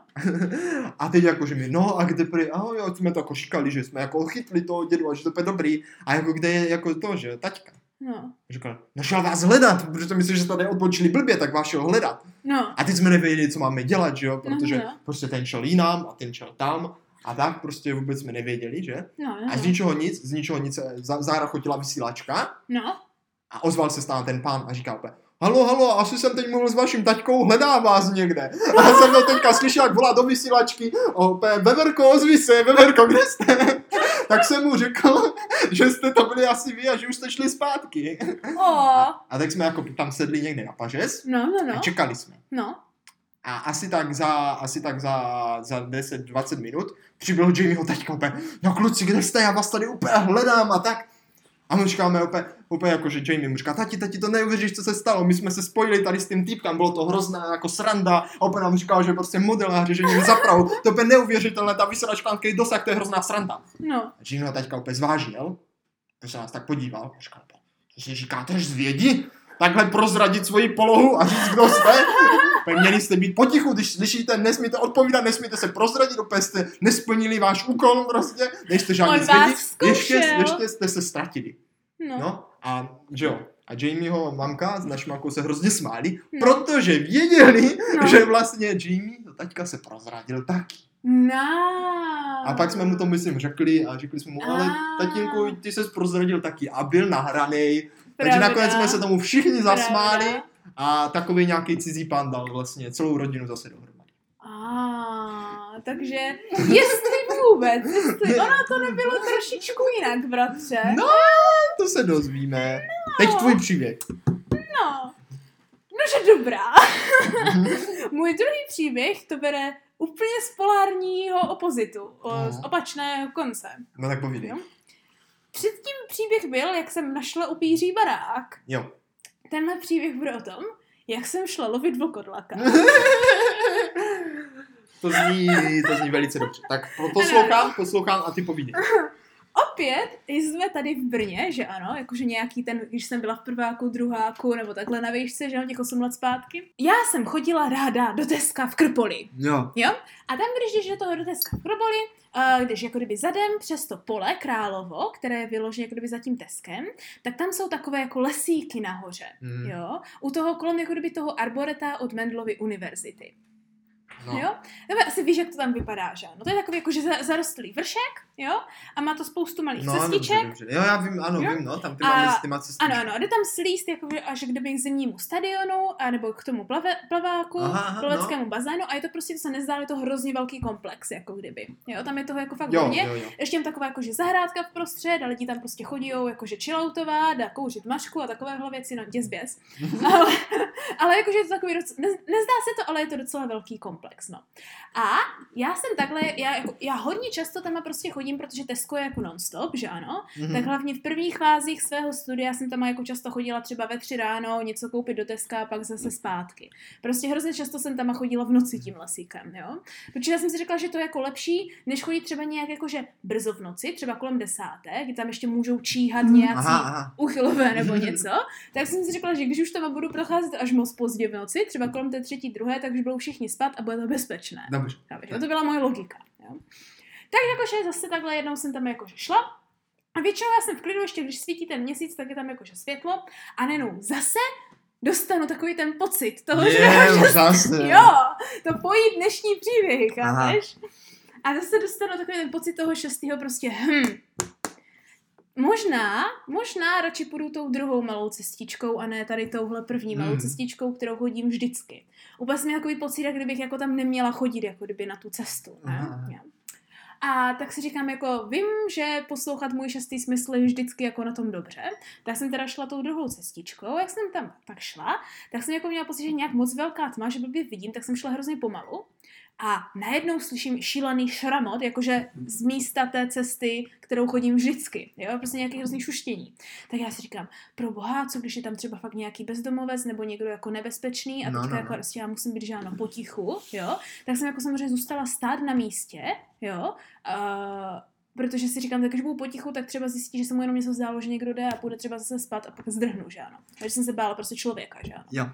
A teď jakože my, a kde prý, jsme to jako šikali, že jsme jako chytli toho dědu a že to je dobrý. A jako kde je jako to, že taťka. Říkal, šel vás hledat, protože myslíš, že tady odbočili blbě, tak vás šel hledat. A teď jsme nevěděli, co máme dělat, že jo, protože prostě ten šel jinam a ten šel tam. A tak prostě vůbec jsme nevěděli, že? A z ničeho nic zárachotila vysílačka. A ozval se stále ten pán a říkal, halo, asi jsem teď mluvil s vaším taťkou, hledá vás někde. A já jsem to teďka slyšel, jak volá do vysílačky, Veverko, ozvi se, Veverko, kde jste? Tak jsem mu řekl, že jste to byli asi vy a že už jste šli zpátky. A tak jsme jako tam sedli někde na pažes a čekali jsme. A asi tak za 10-20 minut přibyl Jamieho taťka úplně, kluci, kde jste, já vás tady úplně hledám a tak. A my říkáme úplně jako, že Jamie mu říká, tati, to neuvěříš, co se stalo, my jsme se spojili tady s tím týpkem, bylo to hrozná jako sranda a opět nám říkal, že prostě modeláři, že někdy zapravou, to je úplně neuvěřitelné, ta vysílačka, který dosah, to je hrozná sranda. A Jamieho taťka úplně zvážnil, že se nás tak podíval a říkal, že říkáte, že zvědí? Takhle prozradit svoji polohu a říct, kdo jste? Měli jste být potichu, když slyšíte, nesmíte odpovídat, nesmíte se prozradit, opět jste nesplnili váš úkol prostě, nejste žádný zvědí, ještě jste se ztratili. A že jo, a Jamieho mamka s naší mamkou se hrozně smáli, protože věděli, že vlastně Jamie to taťka se prozradil taky. A pak jsme mu to myslím řekli a řekli jsme mu, ale tatínku, ty se prozradil taky a byl nahranej. Takže nakonec jsme se tomu všichni zasmáli a takový nějaký cizí pán dal vlastně celou rodinu zase dohromady. Takže jestli vůbec, ono to nebylo trošičku jinak, bratře. To se dozvíme. Teď tvůj příběh. Nože dobrá. Můj druhý příběh to bere úplně z polárního opozitu, z opačného konce. No tak povídej. Předtím příběh byl, jak jsem našla upíří barák. Jo. Tenhle příběh bude o tom, jak jsem šla lovit vlkodlaka. To zní velice dobře. Tak poslouchám a ty povídej. opět jsme tady v Brně, že ano, jakože nějaký ten, když jsem byla v prváku, druháku, nebo takhle na výšce, že jo, těch 8 let zpátky. Já jsem chodila ráda do Teska v Krpoli. Jo. A tam, když jdeš do toho do Teska v Krpoli, když jako kdyby zadem přes to pole Královo, které je vyložené jako kdyby za tím Teskem, tak tam jsou takové jako lesíky nahoře, jo. U toho kolem jako kdyby toho arboreta od Mendelovy univerzity. No. Jo? Nebo asi víš, jak to tam vypadá, že? No to je takový jakože zarostlý vršek, jo? A má to spoustu malých cestiček. Dobře. Jo, já vím, ano, jo? Vím, no, tam ty má cestičky. Ano, a jde tam slíst jakoby až kdyby k zimnímu stadionu, a nebo k tomu plaváku, plaveckému bazénu a je to prostě, to se nezdá, je to hrozně velký komplex, jako kdyby. Jo, tam je toho jako fakt hodně. Ještě tam taková jakože zahrádka vprostřed a lidi tam prostě chodijou jakože chilloutovat a kouřit mašku a takovéhle věci, no děsběs. ale jakože je to takový, nezdá se to, ale je to docela velký komplex. No. A já jsem takhle, já hodně často tam prostě chodím, protože Tesco je jako non-stop, že ano, tak hlavně v prvních fázích svého studia jsem tam jako často chodila třeba ve 3 ráno, něco koupit do Teska a pak zase zpátky. Prostě hrozně často jsem tam chodila v noci tím lesíkem, jo. Protože já jsem si řekla, že to je jako lepší, než chodit třeba nějak jakože brzo v noci, třeba kolem 10, kdy tam ještě můžou číhat nějací uchylové nebo něco, tak jsem si řekla, že když už tam budu procházet až moc pozdě v noci, třeba kolem té 3., 2, tak už budou všichni spát a bude to bezpečné. Dobře. To byla moje logika. Jo? Tak jakože zase takhle jednou jsem tam jakože šla a většinou já jsem v klidu, ještě když svítí ten měsíc, tak je tam jakože světlo a nenou zase dostanu takový ten pocit toho, že jo, to pojí dnešní příběhy, chápeš? A zase dostanu takový ten pocit toho 6. prostě Možná radši půjdu tou druhou malou cestičkou a ne tady touhle první malou cestičkou, kterou chodím vždycky. Úplně jsem měla takový pocit, jak kdybych jako tam neměla chodit, jako kdyby na tu cestu. Ne? A tak si říkám, jako vím, že poslouchat můj 6. smysl je vždycky jako na tom dobře. Tak jsem teda šla tou druhou cestičkou. Jak jsem tam tak šla, tak jsem jako měla pocit, že nějak moc velká tma, že blbě vidím, tak jsem šla hrozně pomalu. A najednou slyším šílený šramot, jakože z místa té cesty, kterou chodím vždycky. Jo? Prostě nějaký hrozný šuštění. Tak já si říkám, pro boha, co když je tam třeba fakt nějaký bezdomovec nebo někdo jako nebezpečný a teďka jako prostě já musím být, že ano, potichu, jo? Tak jsem jako samozřejmě zůstala stát na místě, jo? Protože si říkám, tak když budu potichu, tak třeba zjistí, že se mu jenom něco zdálo, že někdo jde a půjde třeba zase spát a pak zdrhnu, že ano. Takže jsem se bála prostě člověka, že ano. Jo.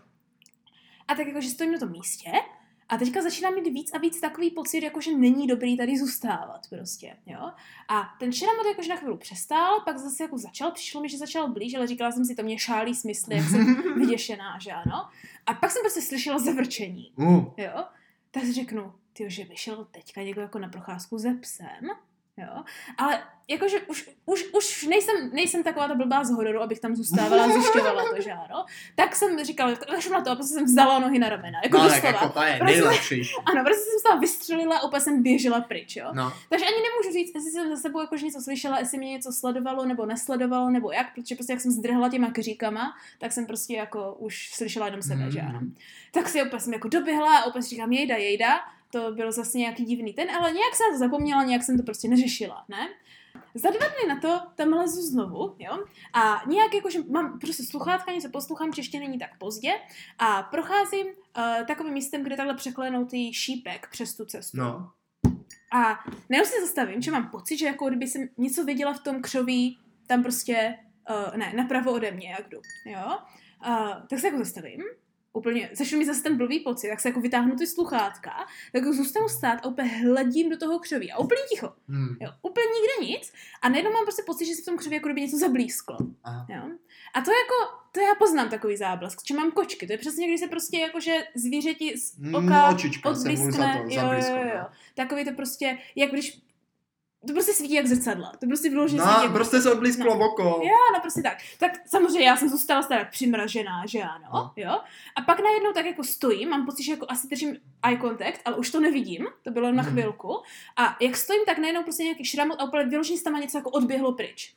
A tak jakože stojím na tom místě a teďka začínám mít víc a víc takový pocit, jakože není dobrý tady zůstávat prostě, jo. A ten šramot jakože na chvíli přestál, pak zase jako začal, přišlo mi, že začal blíž, ale říkala jsem si, to mě šálí smysly, jak jsem vyděšená, že ano. A pak jsem prostě slyšela zavrčení, jo. Tak si řeknu, tyjo, že vyšel teďka někdo jako na procházku se psem, jo. Ale jakože už nejsem taková ta blbá z hororu, abych tam zůstávala a zjišťovala to, že ano. Tak jsem říkala, kašlu na to a prostě jsem vzala nohy na ramena. Jako no, tak jako to je nejlepší. Ano, prostě jsem se tam vystřelila a úplně jsem běžela pryč, jo. No. Takže ani nemůžu říct, jestli jsem za sebou jakož něco slyšela, jestli mě něco sledovalo nebo nesledovalo, nebo jak, protože prostě jak jsem zdrhla těma kříkama, tak jsem prostě jako už slyšela jenom sebe, že ano. Tak si opět jsem jako doběhla a opět říkám jejda. To byl zase nějaký divný ten, ale nějak jsem to zapomněla, nějak jsem to prostě neřešila, ne? Za 2 dny na to tam lezu znovu, jo? A nějak jakože mám prostě sluchátka, něco poslouchám, že ještě není tak pozdě a procházím takovým místem, kde takhle překlenou ty šípek přes tu cestu. No. A nejenom se zastavím, že mám pocit, že jako kdyby jsem něco viděla v tom křoví, tam prostě, napravo ode mě, jak jdu, jo? Tak se jako zastavím. Úplně, začnu mi zase ten blbý pocit, tak se jako vytáhnu ty sluchátka, tak jako zůstanu stát a úplně hledím do toho křoví a úplně ticho. Jo, úplně nikde nic a najednou mám prostě pocit, že se v tom křoví jako kdyby něco zablísklo. Jo. A to jako, to já poznám takový záblesk, že mám kočky, to je přesně, když se prostě jakože zvířeti z oka odblískne, jo. Takový to prostě, jak když to prostě svítí jak zrcadla. To prostě vyloženě svítí. No, prostě se odblísklo v oko. Jo, no prostě tak. Tak samozřejmě já jsem zůstala stále přimražená, že ano, jo. A pak najednou tak jako stojím, mám pocit, že jako asi držím eye contact, ale už to nevidím, to bylo na chvilku. A jak stojím, tak najednou prostě nějaký šramot a úplně vyloženě tam něco jako odběhlo pryč.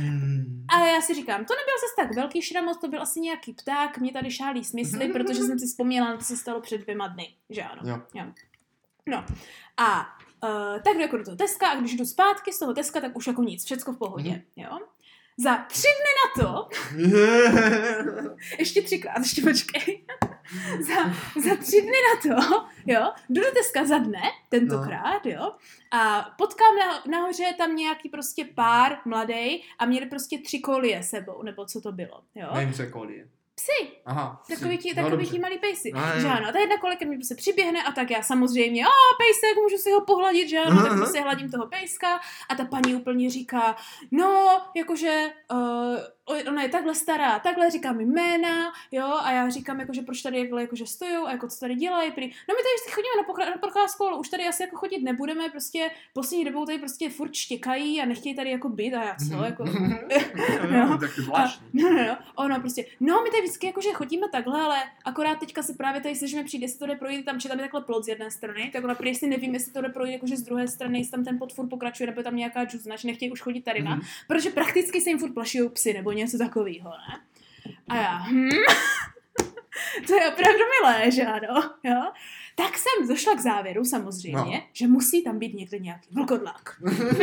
Ale já si říkám, to nebyl zase tak velký šramot, to byl asi nějaký pták, mě tady šálí smysly, protože jsem si vzpomněla, co se stalo před 2 dny, že ano. Jo. No. A tak jdu jako do toho Teska a když jdu zpátky z toho Teska, tak už jako nic, všecko v pohodě, jo. Za 3 dny na to, ještě 3krát, ještě počkej, za 3 dny na to, jo, jdu do Teska za dne, tentokrát, jo, a potkám nahoře tam nějaký prostě pár mladej a měli prostě 3 kolie sebou, nebo co to bylo, jo. Nevím, co je kolie. Psy. Aha, takový ti malý pejsy. Že ano, a ta jedna kolika mi prostě přiběhne a tak já samozřejmě, pejsek, můžu si ho pohladit, že ano, tak prostě hladím toho pejska a ta paní úplně říká, no, jakože ona je takhle stará, takhle říká mi jména, jo, a já říkám, jakože proč tady jakože stojou a jako co tady dělají, no my tady chodíme na procházku, ale už tady asi jako chodit nebudeme, prostě poslední dobou tady prostě furt štěkají a nechtějí tady jako být a já co, jako, no, tak to zvláštní. No, ono prostě, no, my tady vždycky jakože chodíme takhle, ale akorát teďka se právě tady snažíme přijít, jestli to jde projít, tam, že tam je takhle plot z jedné strany, tak ona jestli nevím, jestli to jde projít jakože z druhé strany, jestli tam ten plot furt pokračuje, nebo tam nějaká džuzna, že nechtějí už chodit tady na, protože prakticky se jim furt plašijou psy nebo něco takového, ne? A já, to je opravdu milé, že ano, jo? Tak jsem došla k závěru samozřejmě, že musí tam být někde nějaký vlkodlak.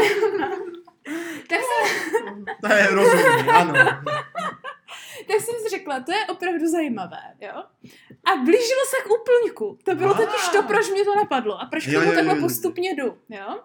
Tak jsem... To je rozumný, ano. Tak jsem si řekla, to je opravdu zajímavé, jo? A blížilo se k úplňku. To bylo totiž to, proč mě to napadlo a proč k tomu takhle postupně jdu, jo?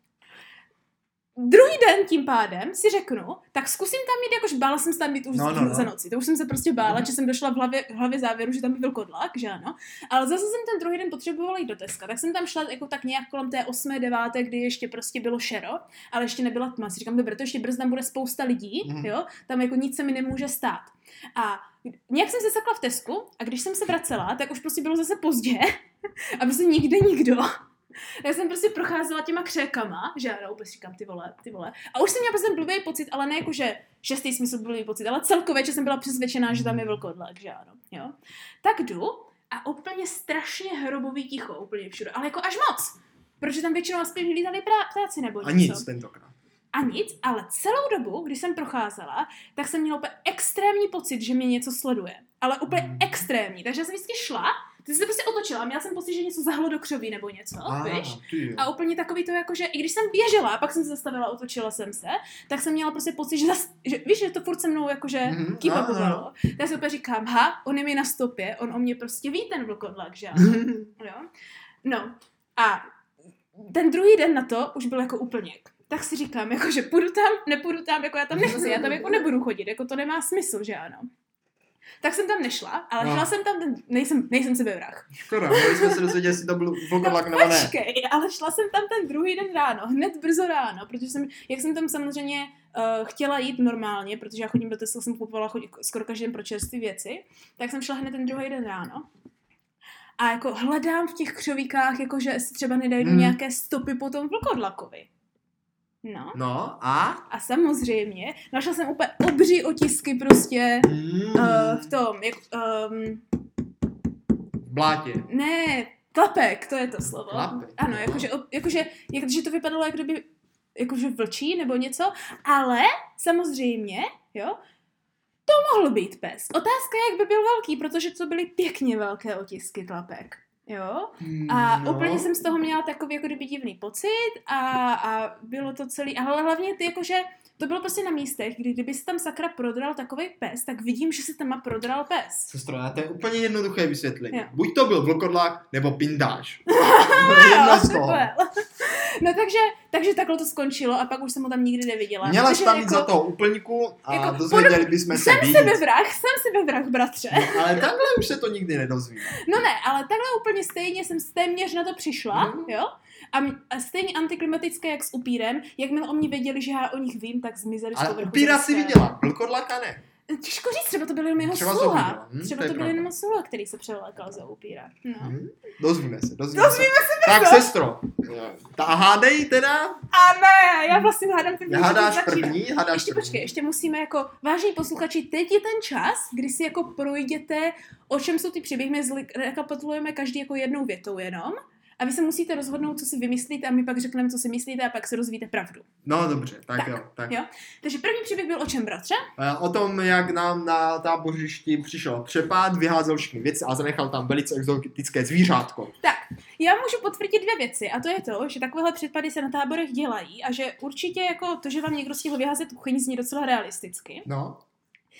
Druhý den tím pádem si řeknu, tak zkusím tam jít, jakož bála jsem se tam jít už za noci. To už jsem se prostě bála, že jsem došla v hlavě závěru, že tam byl vlkodlak, že ano. Ale zase jsem ten druhý den potřebovala jít do Teska, tak jsem tam šla jako tak nějak kolem té 8., 9., kdy ještě prostě bylo šero, ale ještě nebyla tma. Si říkám, dobré, to ještě brzo tam bude spousta lidí, jo, tam jako nic se mi nemůže stát. A nějak jsem se sekla v Tesku a když jsem se vracela, tak už prostě bylo zase pozdě a prostě nikde nikdo. Já jsem prostě procházela těma křékama, že já úplně říkám, ty vole. A už jsem měla prostě blbý pocit, ale ne jako, že 6. smysl blbý pocit, ale celkově, že jsem byla přesvědčená, že tam je vlkodlak, že ano, jo. Tak jdu a úplně strašně hrobový ticho, úplně všude, ale jako až moc, protože tam většinou aspoň lítali ptáci nebo něco. A nic tentokrát. A nic, ale celou dobu, když jsem procházela, tak jsem měla úplně extrémní pocit, že mě něco sleduje. Ale úplně extrémní, takže já jsem vždycky šla, ty jsi se prostě otočila a měla jsem pocit, že něco zahlo do křoví nebo něco, víš? A úplně takový to jako, že i když jsem běžela a pak jsem se zastavila, otočila jsem se, tak jsem měla prostě pocit, že víš, že to furt se mnou jakože keep-upovalo. Tak si úplně říkám, on je mi na stopě, on o mě prostě ví ten vlkodlak, že jo? No a ten druhý den na to už byl jako úplněk. Tak si říkám, jako, že půjdu tam, nepůjdu tam, jako já tam nechci, já tam jako nebudu chodit, jako to nemá smysl, že ano. Tak jsem tam nešla, ale šla jsem tam, nejsem sebevrah. Škoda, mohli jsme se dozvědět, jestli to byl vlkodlak nebo ne. Počkej, ale šla jsem tam ten druhý den ráno, hned brzo ráno, protože jak jsem tam samozřejmě chtěla jít normálně, protože já chodím do Tesla, jsem kupovala skoro každý den pro čerstvé věci, tak jsem šla hned ten druhý den ráno. A jako hledám v těch křovíkách, jakože si třeba nedajdu nějaké stopy po tom vlkodlakovi. No a samozřejmě našla jsem úplně obří otisky prostě v tom, v blátě. Ne, tlapek, to je to slovo. Tlapek. Ano, jakože to vypadalo, jak kdyby jakože vlčí nebo něco, ale samozřejmě, jo, to mohl být pes. Otázka je, jak by byl velký, protože to byly pěkně velké otisky tlapek. Jo? A úplně jsem z toho měla takový jako kdyby divný pocit a bylo to celý, ale hlavně ty jakože to bylo prostě na místech, kdyby se tam sakra prodral takovej pes, tak vidím, že se tam prodral pes. Sestro, to je úplně jednoduché vysvětlení. Buď to byl vlkodlak, nebo pindáš. Jedno z toho. No takže takhle to skončilo a pak už jsem ho tam nikdy neviděla. Měla jsi tam jít za toho úplňku a dozvěděli bychom se víc. Jsem sebevrah, bratře. No, ale takhle už se to nikdy nedozvíme. No ne, ale takhle úplně stejně jsem téměř na to přišla, jo? A stejně antiklimatické jak s upírem, jakmile o mě věděli, že já o nich vím, tak zmizeli z povrchu. Ale upíra si viděla, vlkodlaka ne. Těžko říct, třeba to byl jenom jeho sluha. Třeba to byl jenom sluha, který se přelékal za upíra. No. Dozvíme se. Tak sestro, hádej teda. A ne, já vlastně hádám první. Hádáš první. Počkej, ještě musíme jako, vážení posluchači, teď je ten čas, kdy si jako projděte, o čem jsou ty příběhy, my rekapitulujeme každý jako jednou větou jenom. A vy se musíte rozhodnout, co si vymyslíte a my pak řekneme, co si myslíte a pak se dozvíte pravdu. No dobře, tak jo. Takže první příběh byl o čem, bratře? O tom, jak nám na tábořišti přišel přepad, vyházel všechny věci a zanechal tam velice exotické zvířátko. Tak, já můžu potvrdit 2 věci a to je to, že takovéhle přepady se na táborech dělají a že určitě jako to, že vám někdo stihl vyházet kuchyň, zní docela realisticky. No.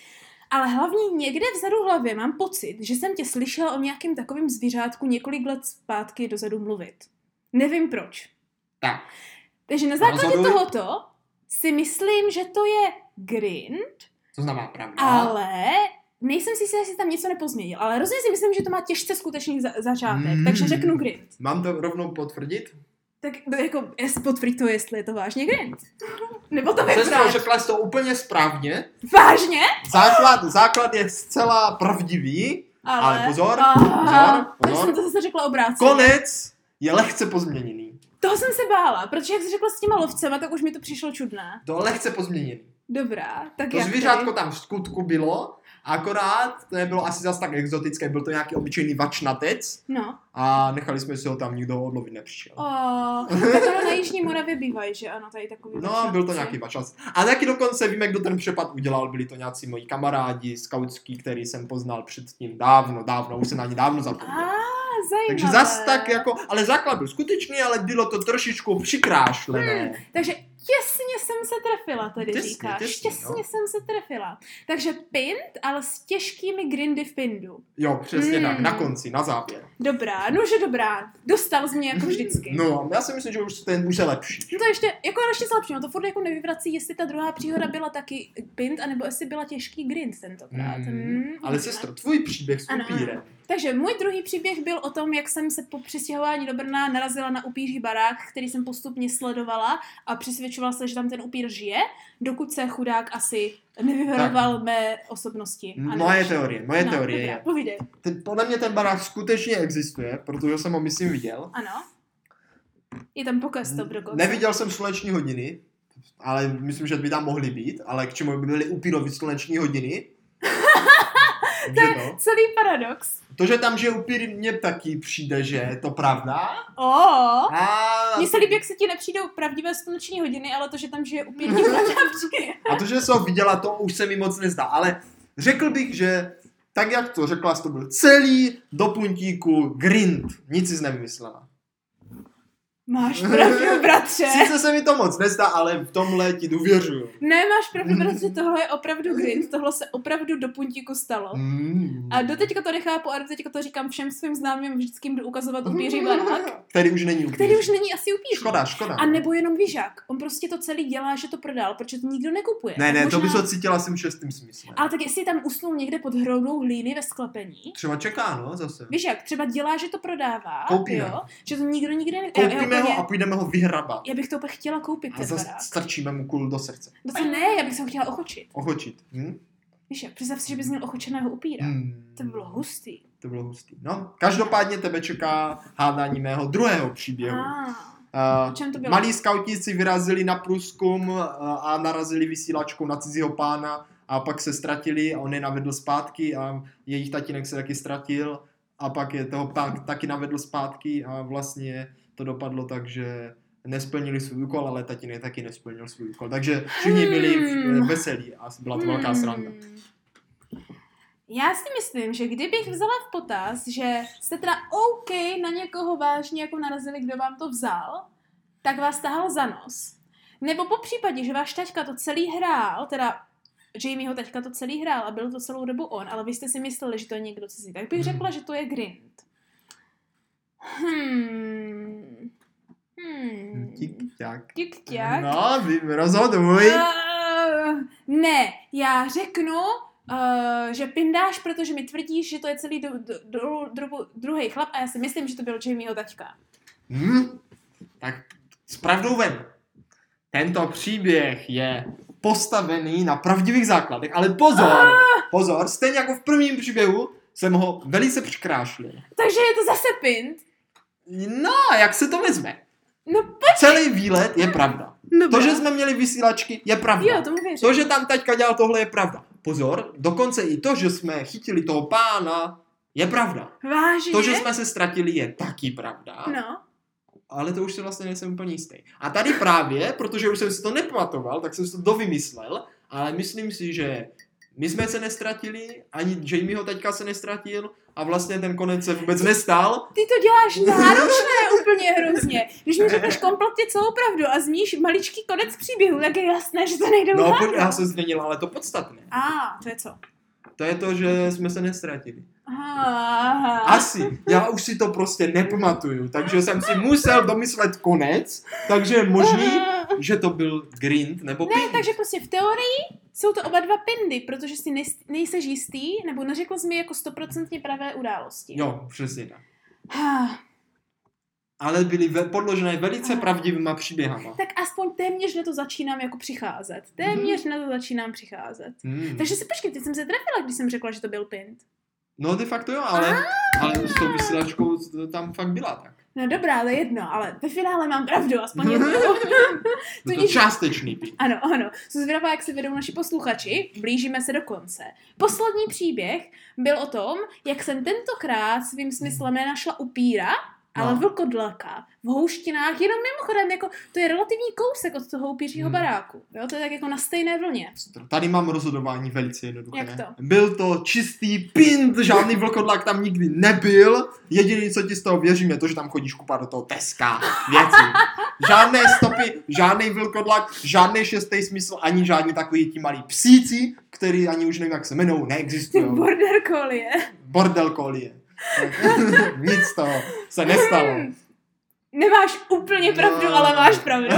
Ale hlavně někde vzadu hlavě mám pocit, že jsem tě slyšela o nějakém takovém zvířátku několik let zpátky dozadu mluvit. Nevím proč. Tak. Takže na základě tohoto si myslím, že to je grind. To znamená pravda. Ale nejsem si jistá, jestli tam něco nepozměnil. Ale rozhodně si myslím, že to má těžce skutečný začátek. Takže řeknu grind. Mám to rovnou potvrdit? Tak jako potvrď to, jestli je to vážně grind. Nebo to vypráš. Přesto řekla jsi to úplně správně. Vážně? Základ je zcela pravdivý. Ale pozor. Takže jsem to zase řekla obráceně. Konec je lehce pozměněný. Toho jsem se bála, protože jak jsi řekla s těma lovcema, tak už mi to přišlo čudné. To lehce pozměněný. Dobrá, tak to zvířátko tam v skutku bylo, akorát to nebylo asi zase tak exotické, byl to nějaký obyčejný vačnatec. No. A nechali jsme si ho tam, nikdo odlovit nepřišel. Tak ono na Jižní Moravě bývají, že ano, tady takový vačnatci. No, byl to nějaký vačnatec. A taky dokonce víme, kdo ten přepad udělal, byli to nějací moji kamarádi skautský, který jsem poznal předtím dávno, už se na ně dávno zapomněl. Zajímavé. Takže zas tak jako, ale základ byl skutečný, ale bylo to trošičku přikrášlené. Takže těsně jsem se trefila, tady říkáš. Těsně jsem se trefila. Takže pint, ale s těžkými grindy v pindu. Jo, přesně tak, na konci, na závěr. Dobrá, dobrá. Dostal jsi mě jako vždycky. No, já si myslím, že už je lepší. No to ještě lepší, no to furt jako nevyvrací, jestli ta druhá příhoda byla taky pint, anebo jestli byla těžký grind tentokrát. Ale sestro, tvůj příběh s upírem. Takže můj druhý příběh byl o tom, jak jsem se po přistěhování do Brna narazila na upíří barák, který jsem postupně sledovala a přesvědčovala se, že tam ten upír žije, dokud se chudák asi nevyvaroval mé osobnosti. Moje teorie je. Povídej. Podle mě ten barák skutečně existuje, protože jsem ho myslím viděl. Ano. Je tam pokestop dokonce. Neviděl jsem sluneční hodiny, ale myslím, že by tam mohly být, ale k čemu by byly upírovi sluneční hodiny? To je celý paradox. To, že tam žije upír, mně taky přijde, že je to pravda. Mně se líbí, jak se ti nepřijdou pravdivé sluneční hodiny, ale to, že tam žije upír, mě pravda přijde. A to, že jsem ho viděla, to už se mi moc nezdá. Ale řekl bych, že tak, jak to řekla, to byl celý do puntíku grind. Nic jsi nevymyslela. Máš pravdu, bratře. Sice se mi to moc nezdá, ale v tomhle ti důvěřuju. Ne, máš pravdu, bratře, tohle je opravdu grind, tohle se opravdu do puntíku stalo. A doteďka to nechápu a doteďka to říkám všem svým známým, vždycky jdu ukazovat upíří barák. Který už není upíří. Který už není asi upíří. Škoda. A nebo jenom vížák. On prostě to celý dělá, že to prodal, protože to nikdo nekupuje. Ne, možná... to bys ho cítila svým šestým smyslem. Ale tak jestli tam usnul někde pod hroudou hlíny ve sklepení. Třeba čeká, no, zase. Víš jak, třeba dělá, že to prodává. Koupíme. Jo, že to nikdo nikde Koupíme ho a půjdeme ho vyhrabat. Já bych to úplně chtěla koupit. A zase strčíme mu kůl do srdce. Ne, já bych se ho chtěla ochočit. Víš jak, představ si, že bys měl ochočeného upíra. To by bylo hustý. No, každopádně tebe čeká hádání mého druhého příběhu. Čem to bylo? Malí skautíci vyrazili na průzkum a narazili vysílačkou na cizího pána a pak se ztratili a on je navedl zpátky a jejich tatínek se taky ztratil a pak je toho pán taky navedl zpátky a vlastně to dopadlo tak, že nesplnili svůj úkol, ale tatínek taky nesplnil svůj úkol. Takže všichni byli veselí a byla to velká sranda. Já si myslím, že kdybych vzala v potaz, že jste teda OK na někoho vážně jako narazili, kdo vám to vzal, tak vás tahal za nos. Nebo po případě, že váš taťka to celý hrál, teda Jamieho taťka to celý hrál a byl to celou dobu on, ale vy jste si mysleli, že to je někdo cizí, tak bych řekla, že to je grind. Tik-tak. No, rozhoduj. Ne, já řeknu, že pindáš, protože mi tvrdíš, že to je celý druhý chlap a já si myslím, že to byl Jamieho taťka. Tak s pravdou ven. Tento příběh je postavený na pravdivých základech, ale pozor, stejně jako v prvním příběhu jsem ho velice přikrášlil. Takže je to zase pint? No, jak se to vezme? No pojď. Celý výlet je pravda. Dobrá. To, že jsme měli vysílačky, je pravda. Jo, tomu věřím. To, že tam taťka dělal tohle, je pravda. Pozor, dokonce i to, že jsme chytili toho pána, je pravda. Vážně? To, že jsme se ztratili, je taky pravda. No. Ale to už se vlastně nejsem úplně jistý. A tady právě, protože už jsem si to nepamatoval, tak jsem si to dovymyslel, ale myslím si, že my jsme se nestratili, ani Jamieho taťka se nestratil a vlastně ten konec se vůbec nestal. Ty to děláš náročné úplně hrozně. Když mi řekneš kompletně celou pravdu a zmíš maličký konec příběhu, tak je jasné, že to nejde uvádět. No, já jsem změnil, ale to podstatné. To je co? To je to, že jsme se nestratili. Aha. Asi. Já už si to prostě nepamatuju, takže jsem si musel domyslet konec, takže je možný, že to byl grind nebo pind. Ne, takže prostě v teorii jsou to oba dva pindy, protože si nejseš jistý, nebo neřekl jsi mi jako 100% pravé události. Jo, přesně tak. Ale byly podložené velice pravdivýma příběhama. Tak aspoň téměř na to začínám jako přicházet. Na to začínám přicházet. Takže si počkej, teď jsem se trefila, když jsem řekla, že to byl pind. No de facto jo, ale s tou vysílačkou tam fakt byla tak. No dobrá, to je jedno, ale ve finále mám pravdu, aspoň jedno. To částečný pind. Ano. Jsem zvědavá, jak se vedou naši posluchači. Blížíme se do konce. Poslední příběh byl o tom, jak jsem tentokrát svým smyslem nenašla upíra, ale vlkodlaka v houštinách, jenom mimochodem, jako, to je relativní kousek od toho upířího baráku. Jo? To je tak jako na stejné vlně. Tady mám rozhodování velice jednoduché. Jak to? Byl to čistý pind, žádný vlkodlak tam nikdy nebyl. Jediné, co ti z toho věřím, je to, že tam chodíš kupat do toho Teska věci. Žádné stopy, žádný vlkodlak, žádný šestý smysl, ani žádní takový ti malí psíci, který ani už nevím, jak se jmenou, neexistují. Bordel kolie. Nic z toho se nestalo. Nemáš úplně pravdu, ale máš pravdu.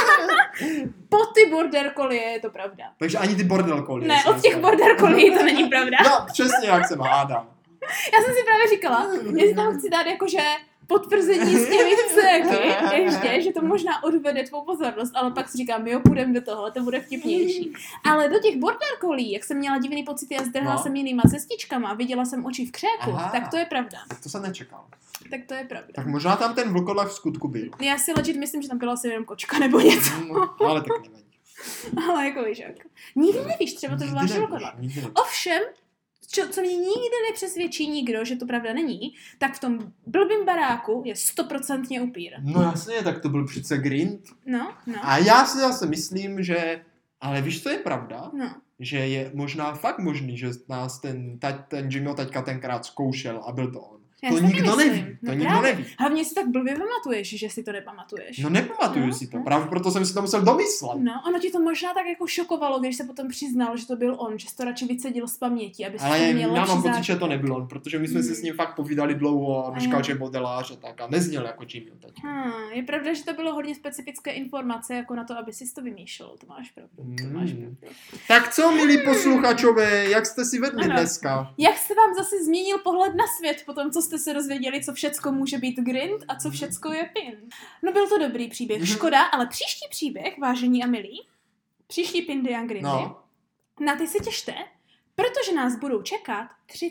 Po ty border collie je to pravda. Takže ani ty bordel collie. Ne, od těch border collie to není pravda. No, přesně jak jsem hádal. Já jsem si právě říkala, že si tam chci dát jakože potvrzení s těmi céky, ještě, že to možná odvede tvou pozornost, ale pak si říkám, jo, půjdem do toho, to bude vtipnější. Ale do těch border collie, jak jsem měla divný pocity a zdrhla jsem jinýma cestičkama, viděla jsem oči v křéku, tak to je pravda. Tak to jsem nečekal. Tak to je pravda. Tak možná tam ten vlkodlak v skutku byl. Já si legit myslím, že tam byla asi jenom kočka nebo něco. Ale tak nevadí. Ale jako víš jak. Nikdy nevíš, třeba to byl váš vlkodlak. Ovšem, co mě nikdy nepřesvědčí nikdo, že to pravda není, tak v tom blbým baráku je 100% upír. No jasně, tak to byl přece grind. No. A já si zase myslím, že... Ale víš, co je pravda? No. Že je možná fakt možný, že nás ten Jimmyho taťka tenkrát zkoušel a byl to on. To nikdo neví. To nikdo neví. Hlavně si tak blbě pamatuješ, že si to nepamatuješ. No nepamatuju si to. Právě proto jsem si to musel domyslet. No, ono ti to možná tak jako šokovalo, když se potom přiznal, že to byl on, že jsi to radši vycedil z paměti, aby si ale to měl lepší. Ale já mám pocit, že to nebyl on, protože my jsme si s ním fakt povídali dlouho a říkal, že je modelář a tak a nezněl jako Jimmyho taťka. Je pravda, že to bylo hodně specifické informace jako na to, aby si to vymýšlel. To máš pravdu. Tak co, milí posluchačové, jak jste si vedli dneska? Jak se vám zase změnil pohled na svět po tom, co jste se dozvěděli, co všecko může být grind a co všecko je pin. No byl to dobrý příběh, škoda, ale příští příběh, vážení a milí, příští pindy a grindy, na ty se těšte, protože nás budou čekat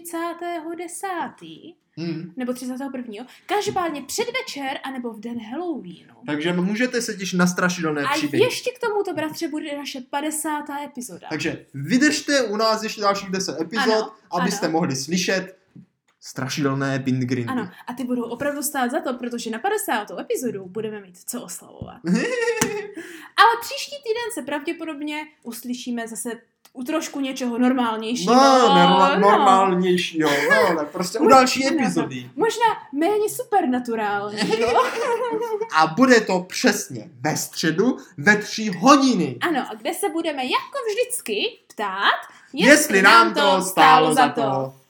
30.10. Nebo 31. Každopádně předvečer, anebo v den Halloweenu. Takže můžete se těšit na strašidelné příběhy. A ještě k tomuto, bratře, bude naše 50. epizoda. Takže vydržte u nás ještě dalších 10 epizod, abyste mohli slyšet strašidelné pingrindy. Ano, a ty budou opravdu stát za to, protože na 50. epizodu budeme mít co oslavovat. Ale příští týden se pravděpodobně uslyšíme zase u trošku něčeho normálnějšího. Normálnějšího, ale prostě u další epizody. Možná méně supernaturálního. A bude to přesně ve středu ve 3 hodiny. Ano, a kde se budeme jako vždycky ptát, jestli nám to stálo za to.